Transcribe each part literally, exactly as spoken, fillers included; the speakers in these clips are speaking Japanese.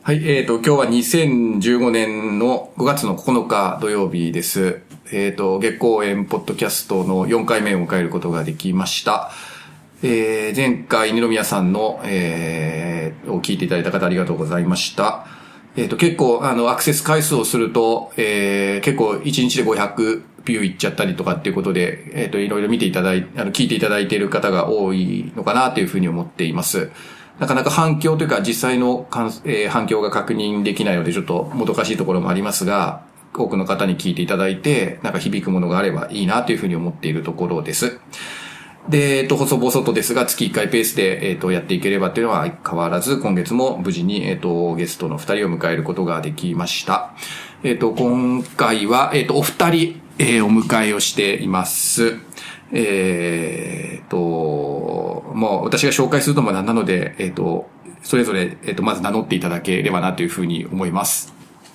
はい、えっと、今日はにせんじゅうごねんのごがつのここのか土曜日です。えっと、月光園ポッドキャストのよんかいめを迎えることができました。えー、前回二宮さんの、えー、を聞いていただいた方ありがとうございました。えっと、結構、あの、アクセス回数をすると、えー、結構いちにちでごひゃくビューいっちゃったりとかっていうことで、えっと、いろいろ見ていただい、あの、聞いていただいている方が多いのかなというふうに思っています。なかなか反響というか実際の、えー、反響が確認できないのでちょっともどかしいところもありますが、多くの方に聞いていただいて、なんか響くものがあればいいなというふうに思っているところです。で、えっと、細々とですが、月いっかいペースで、えっと、やっていければというのは変わらず、今月も無事に、えっと、ゲストのふたりを迎えることができました。えっと、今回は、えっと、お二人、えー、お迎えをしています。えー、と、もう私が紹介するのもなんなので、えっと、それぞれ、えっと、まず名乗っていただければなというふうに思います。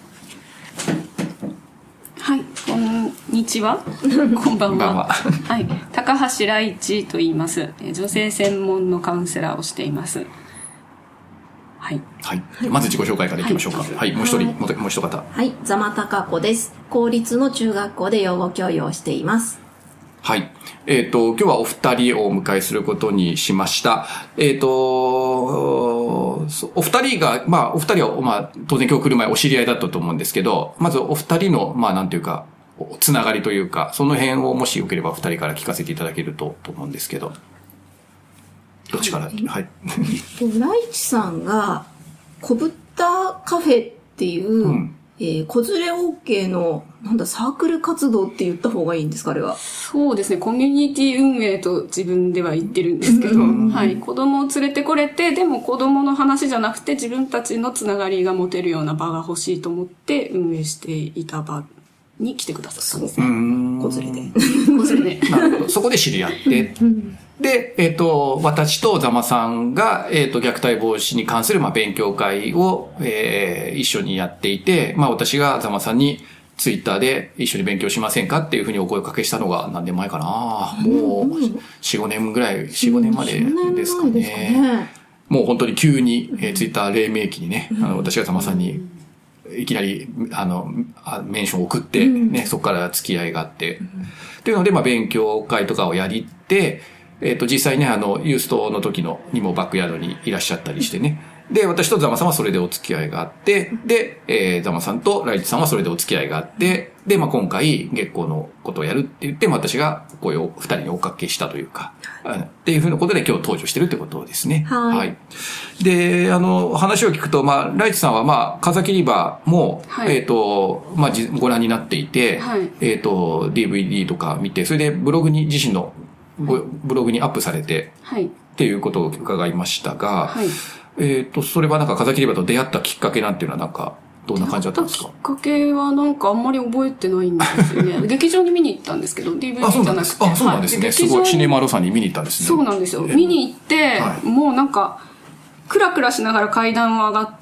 はい、こんにちは。こんばんは。こんばんは。はい、高橋来一と言います。女性専門のカウンセラーをしています。はい。はい。 まず自己紹介からいきましょうか。はい。はい、もう一人、もう、もう一方。 はい。座間貴子です。公立の中学校で養護教諭をしています。 はい。えっと、今日はお二人をお迎えすることにしました。えっと、お二人が、まあ、お二人は、まあ、当然今日来る前お知り合いだったと思うんですけど、まずお二人の、まあ、なんていうか、つながりというか、その辺をもしよければ二人から聞かせていただけると、と思うんですけど。どっちから、はい。はい、 ライチさんが、小ぶったカフェっていう、うんえー、子連れ OK の、なんだ、サークル活動って言った方がいいんですか、あれは。 そうですね、コミュニティ運営と自分では言ってるんですけど、はい、子供を連れてこれて、でも子供の話じゃなくて自分たちのつながりが持てるような場が欲しいと思って運営していた場に来てくださったんですね。 子連れで。 子連れで。 なるほど。そこで知り合って、で、えっと、私と座間さんが、えっと、虐待防止に関する、まあ、勉強会を、えー、一緒にやっていて、まあ、私が座間さんにツイッターで一緒に勉強しませんかっていうふうにお声掛けしたのが何年前かな。もう、よん、ごねんぐらい、よん、ごねんまでですかね。ですかね。もう本当に急に、えー、ツイッター黎明期にね、あの、私が座間さんに、いきなり、あの、メンションを送って、ね、うん、そこから付き合いがあって。うん、っていうので、まあ、勉強会とかをやりって、えっと、実際ね、あの、ユーストの時のにもバックヤードにいらっしゃったりしてね。で、私と座間さんはそれでお付き合いがあって、で、えー、座間さんとライチさんはそれでお付き合いがあって、で、まあ、今回、月光のことをやるって言って、まあ、私が声を二人におかけしたというか、はい、っていうふうなことで今日登場してるってことですね。 はい。 はい。で、あの、話を聞くと、まあ、ライチさんは、まあ、風切り場も、はい、えっと、まあ、ご覧になっていて、はい、えっと、ディーブイディー とか見て、それでブログに、自身のブログにアップされて、はい。っていうことを伺いましたが、はい。えっと、それはなんか風切り場と出会ったきっかけなんていうのはなんか、どんな感じだったんですか？ きっかけはなんかあんまり覚えてないんですよね。劇場に見に行ったんですけど、ディーブイディー じゃなくて。 あ、そうなんですね。すごい、シネマロさんに見に行ったんですね。 そうなんですよ。見に行って、はい、もうなんか、クラクラしながら階段を上がって、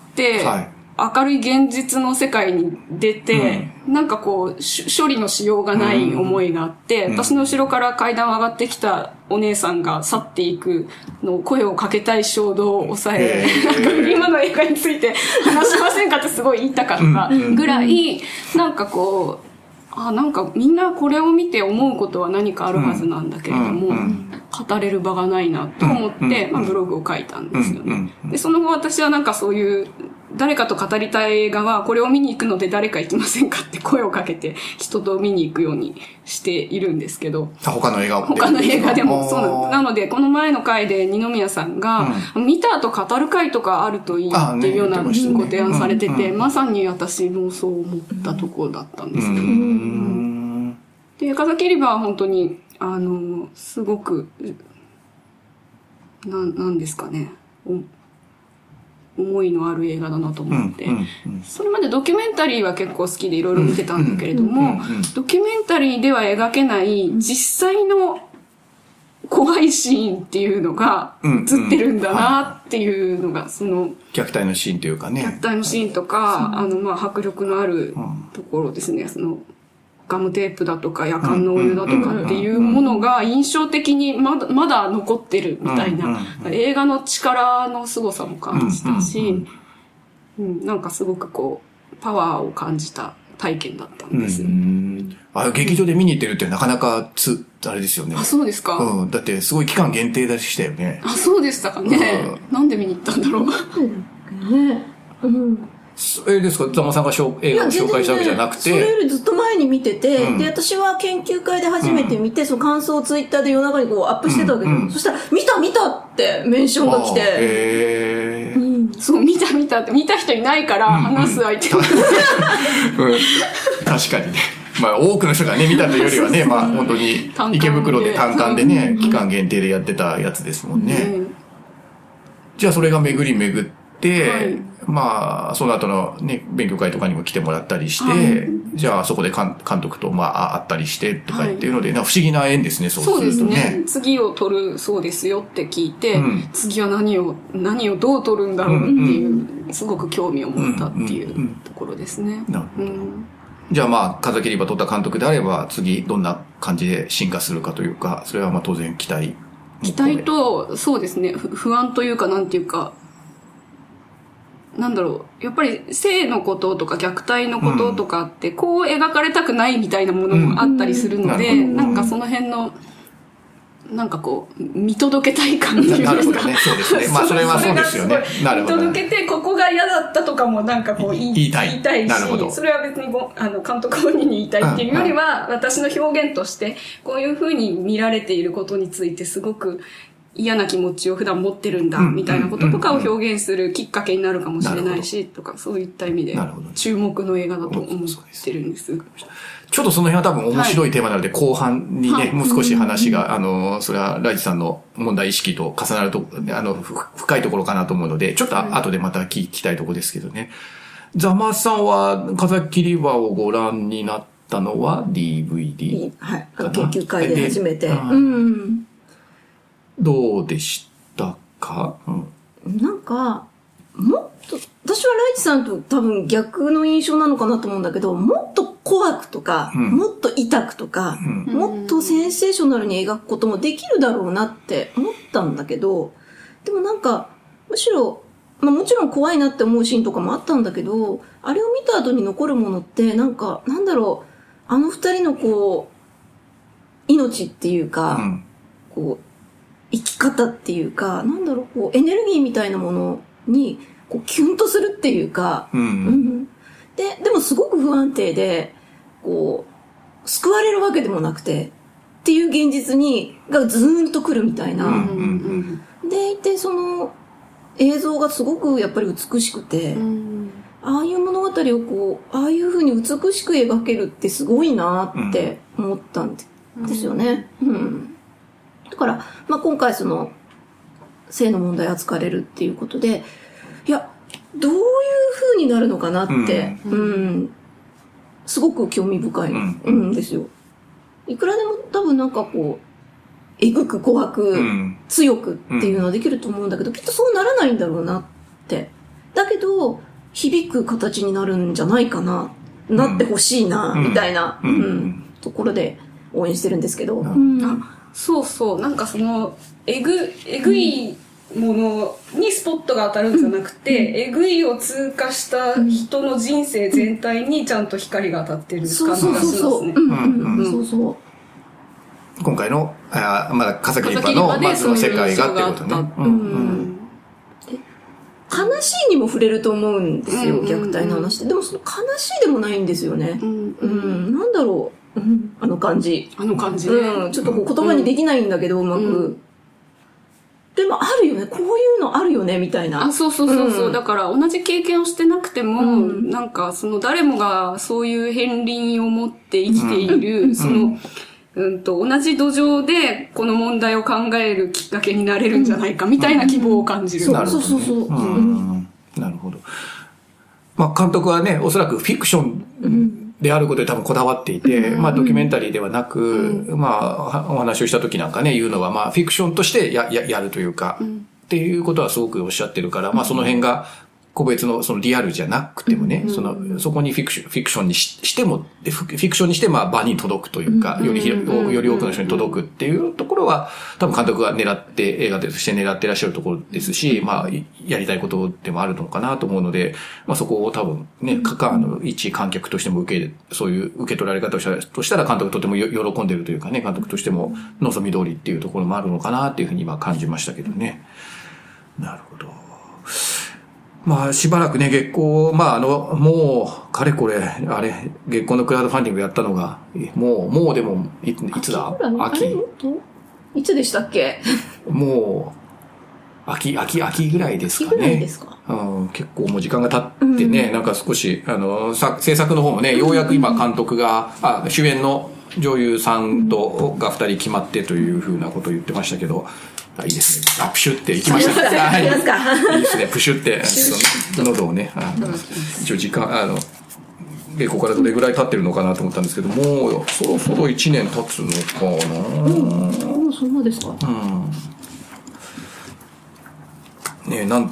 はい、明るい現実の世界に出て、うん、なんかこう、処理のしようがない思いがあって、うん、私の後ろから階段を上がってきたお姉さんが去っていくのを声をかけたい衝動を抑え、なんか今の映画について話しませんかってすごい言いたかったぐらい、なんかこう、あ、なんかみんなこれを見て思うことは何かあるはずなんだけれども、語れる場がないなと思って、まあ、ブログを書いたんですよね。で、その後私はなんかそういう、誰かと語りたい映画はこれを見に行くので誰か行きませんかって声をかけて人と見に行くようにしているんですけど。 他の映画他の映画でもそうなんです。なのでこの前の回で二宮さんが、うん、見た後語る回とかあるといいっていうようなご提案されてて、まさに私もそう思ったところだったんですけど。うんで、風切り場は本当に、あの、すごく、な、なんですかね。思いのある映画だなと思って、うんうんうん、それまでドキュメンタリーは結構好きでいろいろ見てたんだけれども、うんうんうん、ドキュメンタリーでは描けない実際の怖いシーンっていうのが映ってるんだなっていうのが、その虐待のシーンというかね、 虐待のシーンとか、あのまあ迫力のあるところですね、そのガムテープだとか夜間のお湯だとかっていうものが印象的にまだまだ残ってるみたいな、映画の力の凄さも感じたし、 うん、なんかすごくこう、パワーを感じた体験だったんですよ。うん、 あ、劇場で見に行ってるってなかなかつ、あれですよね。 あ、そうですか。 うん。だってすごい期間限定でしたよね。 あ、そうでしたかね。うん、なんで見に行ったんだろう。 ね、うん。 えですか、ざまさんが映画を紹介したわけじゃなくて。 それよりずっと前に見てて、うん、で、私は研究会で初めて見て、うん、その感想をツイッターで夜中にこうアップしてたわけど、うんうん、そしたら、見た見たってメンションが来て。 へー、うん。そう、見た見たって、見た人いないから話す相手が、うんうん。確かにね。まあ多くの人がね、見たというよりはね、まあ本当に池袋で単館でね、期間限定でやってたやつですもんね。うん、じゃあそれが巡り巡って、はい、まあその後のね、勉強会とかにも来てもらったりして、はい、じゃあそこで監督とまあ会ったりしてとかっていうので、はい、不思議な縁ですね、そうするとね。そうですね。 次を取るそうですよって聞いて、うん、次は何を、何をどう取るんだろうっていう、うんうん、すごく興味を持ったっていうところですね。 なるほど。じゃあまあ、風切り場取った監督であれば、次どんな感じで進化するかというか、それはまあ当然期待。 期待と、そうですね、不安というかなんていうか、なんだろう、やっぱり性のこととか虐待のこととかって、こう描かれたくないみたいなものもあったりするので、うん、なんかその辺の、なんかこう、見届けたい感じですか。 なるほどね。そうですね。まあそれはそうですよね。なるほど。 見届けて、ここが嫌だったとかもなんかこう言い、 言いたい。 言いたいし、 なるほど。 それは別にごあの監督本人に言いたいっていうよりは、うんうん、私の表現として、こういう風に見られていることについてすごく嫌な気持ちを普段持ってるんだ、みたいなこととかを表現するきっかけになるかもしれないし、とか、そういった意味で、注目の映画だと思ってるんです。 ちょっとその辺は多分面白いテーマなので、はい、後半にね、はい、もう少し話が、あの、それはライチさんの問題意識と重なると、あの、深いところかなと思うので、ちょっと後でまた聞きたいところですけどね。ざまさんは、風切り場をご覧になったのは ディーブイディー? はい。研究会で初めて。うん。 どうでしたか？うん、 なんか、もっと、私はライチさんと多分逆の印象なのかなと思うんだけど、もっと怖くとか、うん、もっと痛くとか、うん、もっとセンセーショナルに描くこともできるだろうなって思ったんだけど、でもなんか、むしろ、まあもちろん怖いなって思うシーンとかもあったんだけど、あれを見た後に残るものって、なんか、なんだろう、あの二人のこう、命っていうか、うん、こう、生き方っていうか、なんだろう、こう、エネルギーみたいなものに、こう、キュンとするっていうか、うんうん、で、でもすごく不安定で、こう、救われるわけでもなくて、っていう現実に、がズーンと来るみたいな。うんうんうん、でいて、その、映像がすごくやっぱり美しくて、うん、ああいう物語をこう、ああいう風に美しく描けるってすごいなって思ったんですよね。うんうん、だから、まあ、今回その、性の問題扱われるっていうことで、いや、どういう風になるのかなって、うん、うん、すごく興味深いん、うん、ですよ。いくらでも多分なんかこう、えぐく怖く、うん、強くっていうのはできると思うんだけど、きっとそうならないんだろうなって。だけど、響く形になるんじゃないかな、なってほしいな、うん、みたいな、うんうん、ところで応援してるんですけど。うんうん、 そうそう、なんかその、えぐ、えぐいものにスポットが当たるんじゃなくて、うん、えぐいを通過した人の人生全体にちゃんと光が当たってる感じがしますね。 そうそう。 今回の、あまだ風切り場のまずの世界がってことね。うんうん、 話にも触れると思うんですよ、うんうんうん、虐待の話って。でもその悲しいでもないんですよね。うんうん、なんだろう、うん、あの感じ。 あの感じね。 うん、ちょっとこう言葉にできないんだけど、うまく。うん、でもあるよね、こういうのあるよね、みたいな。 あ、そうそうそうそう、うん。だから同じ経験をしてなくても、うん、なんかその誰もがそういう片鱗を持って生きている、うん、その、うんうんと、同じ土壌でこの問題を考えるきっかけになれるんじゃないかみたいな希望を感じる。 うん、そうそうそう。 うん、なるほど。まあ監督はね、おそらくフィクションであることで多分こだわっていて、うん、まあドキュメンタリーではなく、うん、まあお話をした時なんかね、言うのはまあフィクションとしてや、や、やるというか、うん、っていうことはすごくおっしゃってるから、まあその辺が個別のそのリアルじゃなくてもね、その、そこにフィクション、フィクションに し, しても、フィクションにしてまあ場に届くというか、より広、より多くの人に届くっていうところは、多分監督が狙って、映画として狙ってらっしゃるところですし、まあ、やりたいことでもあるのかなと思うので、まあそこを多分ね、かか、あの、一観客としても受け、そういう受け取られ方をしたとしたら監督とても喜んでるというかね、監督としても望み通りっていうところもあるのかなっていうふうに今感じましたけどね。なるほど。まあ、しばらくね、月光、まあ、あの、もう、かれこれ、あれ、月光のクラウドファンディングやったのが、もう、もうでも、い, いつだ秋。 いつでしたっけもう、秋、秋、秋ぐらいですかね。 秋ぐらいですか。 うん、結構もう時間が経ってね、うん、なんか少し、あの、さ制作の方もね、ようやく今監督が、あ、主演の女優さんと、が二人決まってというふうなことを言ってましたけど、あ、いいですね。あ、プシュって行きましたね。はい。いいですね。プシュって、喉をね、あ一応時間、あの、稽古からどれぐらい経ってるのかなと思ったんですけど、もうそろそろいちねん経つのかな。 うん、もうそうですか。 うん。ねえ、なん、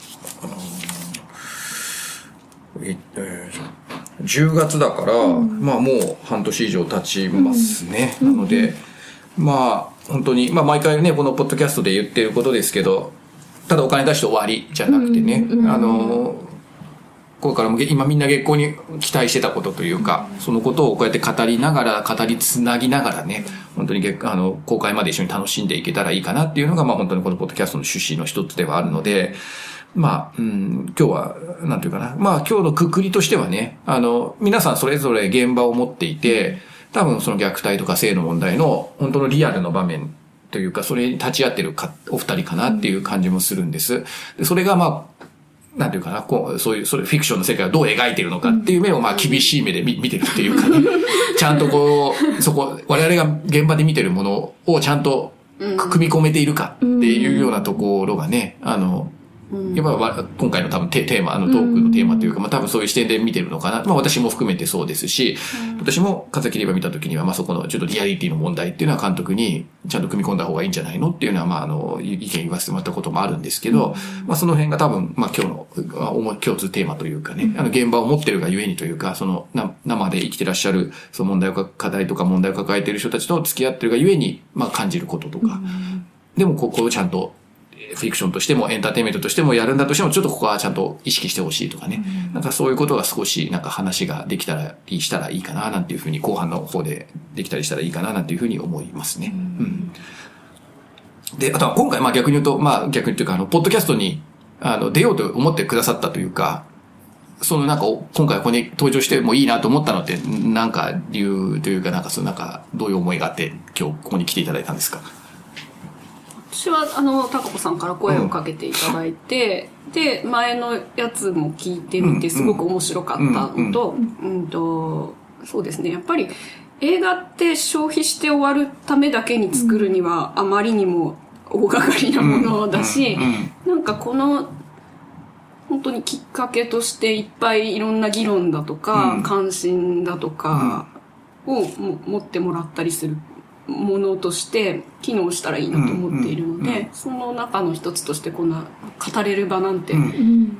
ええー、じゅうがつだから、うん、まあもう半年以上経ちますね。うん、なので、まあ、本当に、まあ毎回ね、このポッドキャストで言ってることですけど、ただお金出して終わりじゃなくてね、うん、あの、これからも今みんな月光に期待してたことというか、そのことをこうやって語りながら、語りつなぎながらね、本当に月あの公開まで一緒に楽しんでいけたらいいかなっていうのが、まあ本当にこのポッドキャストの趣旨の一つではあるので、まあ、うん、今日は、なんていうかな。まあ今日のくくりとしてはね、あの、皆さんそれぞれ現場を持っていて、多分その虐待とか性の問題の本当のリアルの場面というか、それに立ち会ってるかお二人かなっていう感じもするんです。でそれがまあ、なんていうかな、こう、そういう、それフィクションの世界をどう描いているのかっていう目をまあ厳しい目で見、見てるっていうかね、ちゃんとこう、そこ、我々が現場で見てるものをちゃんと組み込めているかっていうようなところがね、あの、やっぱ今回の多分テーマ、あのトークのテーマというか、まあ多分そういう視点で見てるのかな。まあ私も含めてそうですし、私も風切り場見た時には、まあそこのちょっとリアリティの問題っていうのは監督にちゃんと組み込んだ方がいいんじゃないのっていうのは、まああの、意見言わせてもらったこともあるんですけど、まあその辺が多分、まあ今日の共通テーマというかね、あの現場を持ってるがゆえにというか、その生で生きてらっしゃる、その問題を、課題とか問題を抱えている人たちと付き合ってるがゆえに、まあ感じることとか、でもここをちゃんと、フィクションとしてもエンターテインメントとしてもやるんだとしてもちょっとここはちゃんと意識してほしいとかね、うん、なんかそういうことが少しなんか話ができたらいいしたらいいかななんていうふうに後半の方でできたりしたらいいかななんていうふうに思いますね。うんうん、で、あとは今回まあ逆に言うとまあ逆にというかあのポッドキャストにあの出ようと思ってくださったというか、そのなんか今回ここに登場してもいいなと思ったのってなんか理由というかなんかそのなんかどういう思いがあって今日ここに来ていただいたんですか？ 私はあの高子さんから声をかけていただいて、うん、で前のやつも聞いてみてすごく面白かったのと、うんうんうんとそうですね、やっぱり映画って消費して終わるためだけに作るにはあまりにも大掛かりなものだし、なんかこの本当にきっかけとしていっぱいいろんな議論だとか、関心だとかを持ってもらったりするものとして機能したらいいなと思っているので、うんうんうん、その中の一つとしてこんな語れる場なんて、うん、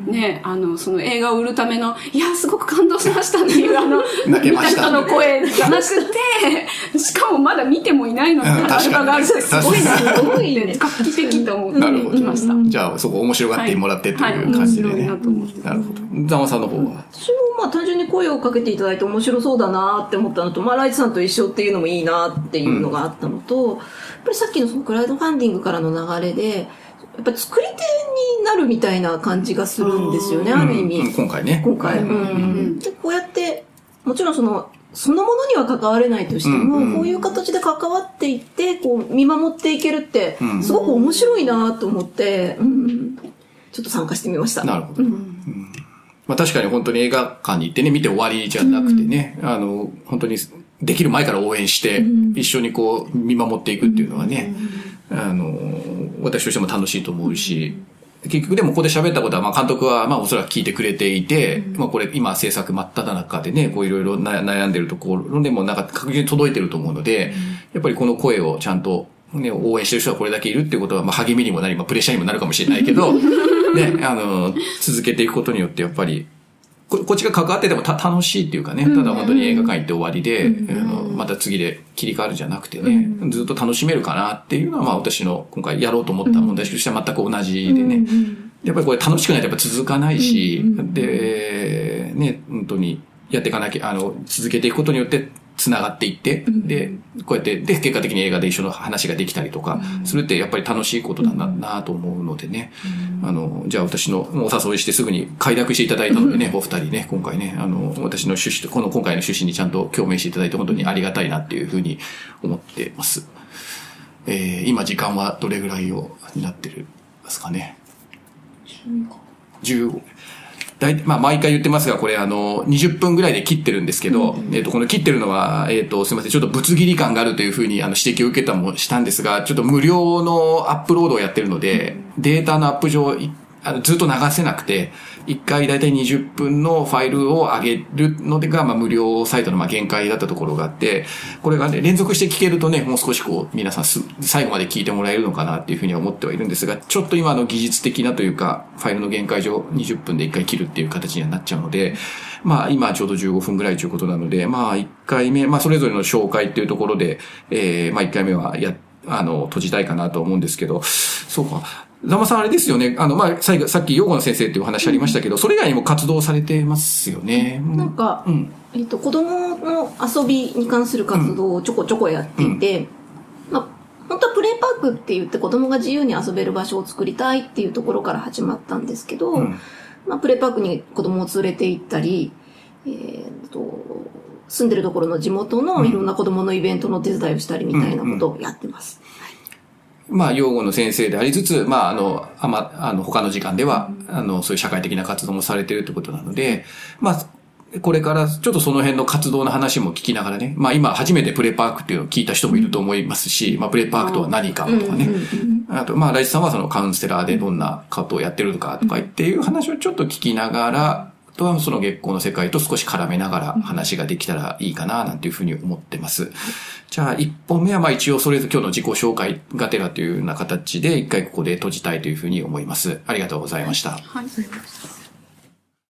ね、あのその映画を売るためのいやすごく感動しましたっていうあの見た人の声じゃなくて、しかもまだ見てもいないのに語る場があるってすごいな、すごいね、画期的と思ってきました。 じゃあそこ面白がってもらってっていう感じでね、はいはい、面白いなと思って。なるほど。ざまさんの方は、 私もまあ単純に声をかけていただいて面白そうだなって思ったのと、まあライツさんと一緒っていうのもいいなっていうのがあったのと、うん、やっぱりさっきのそのクラウドファンディングからの流れでやっぱり作り手になるみたいな感じがするんですよね、ある意味、 うん、今回ね今回、うんうん、でこうやってもちろんそのそのものには関われないとしても、うんうん、こういう形で関わっていってこう見守っていけるってすごく面白いなと思って、うん、ちょっと参加してみました。 なるほど、うんうん、まあ、確かに本当に映画館に行ってね見て終わりじゃなくてね、うん、あの本当にできる前から応援して、うん、一緒にこう見守っていくっていうのはね、うん、あの私としても楽しいと思うし、結局でもここで喋ったことは、まあ監督はまあおそらく聞いてくれていて、うん、まあこれ今制作真っ只中でね、こういろいろ悩んでるところでもなんか確実に届いてると思うので、うん、やっぱりこの声をちゃんとね、応援してる人がこれだけいるっていうことは、まあ、励みにもなり、まあ、プレッシャーにもなるかもしれないけど、ね、あの、続けていくことによって、やっぱり、こ, こっちが関わっててもた楽しいっていうかね、ただ本当に映画館行って終わりで、うん、あのまた次で切り替わるんじゃなくてね、うん、ずっと楽しめるかなっていうのは、まあ私の今回やろうと思った問題意識としては全く同じでね、うん、やっぱりこれ楽しくないとやっぱ続かないし、うん、で、ね、本当にやっていかなきゃ、あの、続けていくことによって、繋がっていって、うん、で、こうやって、で、結果的に映画で一緒の話ができたりとか、するってやっぱり楽しいことだな、うん、なと思うのでね、うん、あの、じゃあ私のお誘いしてすぐに快諾していただいたのでね、うん、お二人ね、今回ね、あの、私の趣旨と、この今回の趣旨にちゃんと共鳴していただいて本当にありがたいなっていうふうに思ってます。えー、今時間はどれぐらいを、になってるんですかね。じゅうご。大体、まあ、毎回言ってますが、これあの、にじゅっぷんぐらいで切ってるんですけど、うんうん、えっと、この切ってるのは、えっと、すみません、ちょっとぶつ切り感があるというふうに、あの、指摘を受けたもしたんですが、ちょっと無料のアップロードをやってるので、うん、データのアップ上、あのずっと流せなくて、一回だいたいにじゅっぷんのファイルを上げるのでが、まあ、無料サイトのまあ限界だったところがあって、これがね、連続して聞けるとね、もう少しこう、皆さんす最後まで聞いてもらえるのかなっていうふうには思ってはいるんですが、ちょっと今の技術的なというか、ファイルの限界上にじゅっぷんで一回切るっていう形にはなっちゃうので、まあ今ちょうどじゅうごふんぐらいということなので、まあ一回目、まあそれぞれの紹介っていうところで、えー、まあ一回目はや、あの、閉じたいかなと思うんですけど、そうか。ざまさんあれですよね。あの、まあ、最後、さっき、ヨーゴの先生っていうお話ありましたけど、うん、それ以外にも活動されてますよね。 なんか、うん、えっと、子供の遊びに関する活動をちょこちょこやっていて、うん、まあ、本当はプレイパークって言って子供が自由に遊べる場所を作りたいっていうところから始まったんですけど、うん、まあ、プレイパークに子供を連れて行ったり、えー、っと、住んでるところの地元のいろんな子供のイベントの手伝いをしたりみたいなことをやってます。 まあ、養護の先生でありつつ、まあ、あの、あま、あの、他の時間では、あの、そういう社会的な活動もされているということなので、まあ、これからちょっとその辺の活動の話も聞きながらね、まあ今初めてプレパークっていうのを聞いた人もいると思いますし、まあプレパークとは何かとかね、あとまあライチさんはそのカウンセラーでどんなことをやってるのかとかっていう話をちょっと聞きながら、あとはその月光の世界と少し絡めながら話ができたらいいかななんていうふうに思ってます。じゃあ一本目はまあ一応それぞれ今日の自己紹介がてらというような形で一回ここで閉じたいというふうに思います。ありがとうございました。はい、ありがとうございました。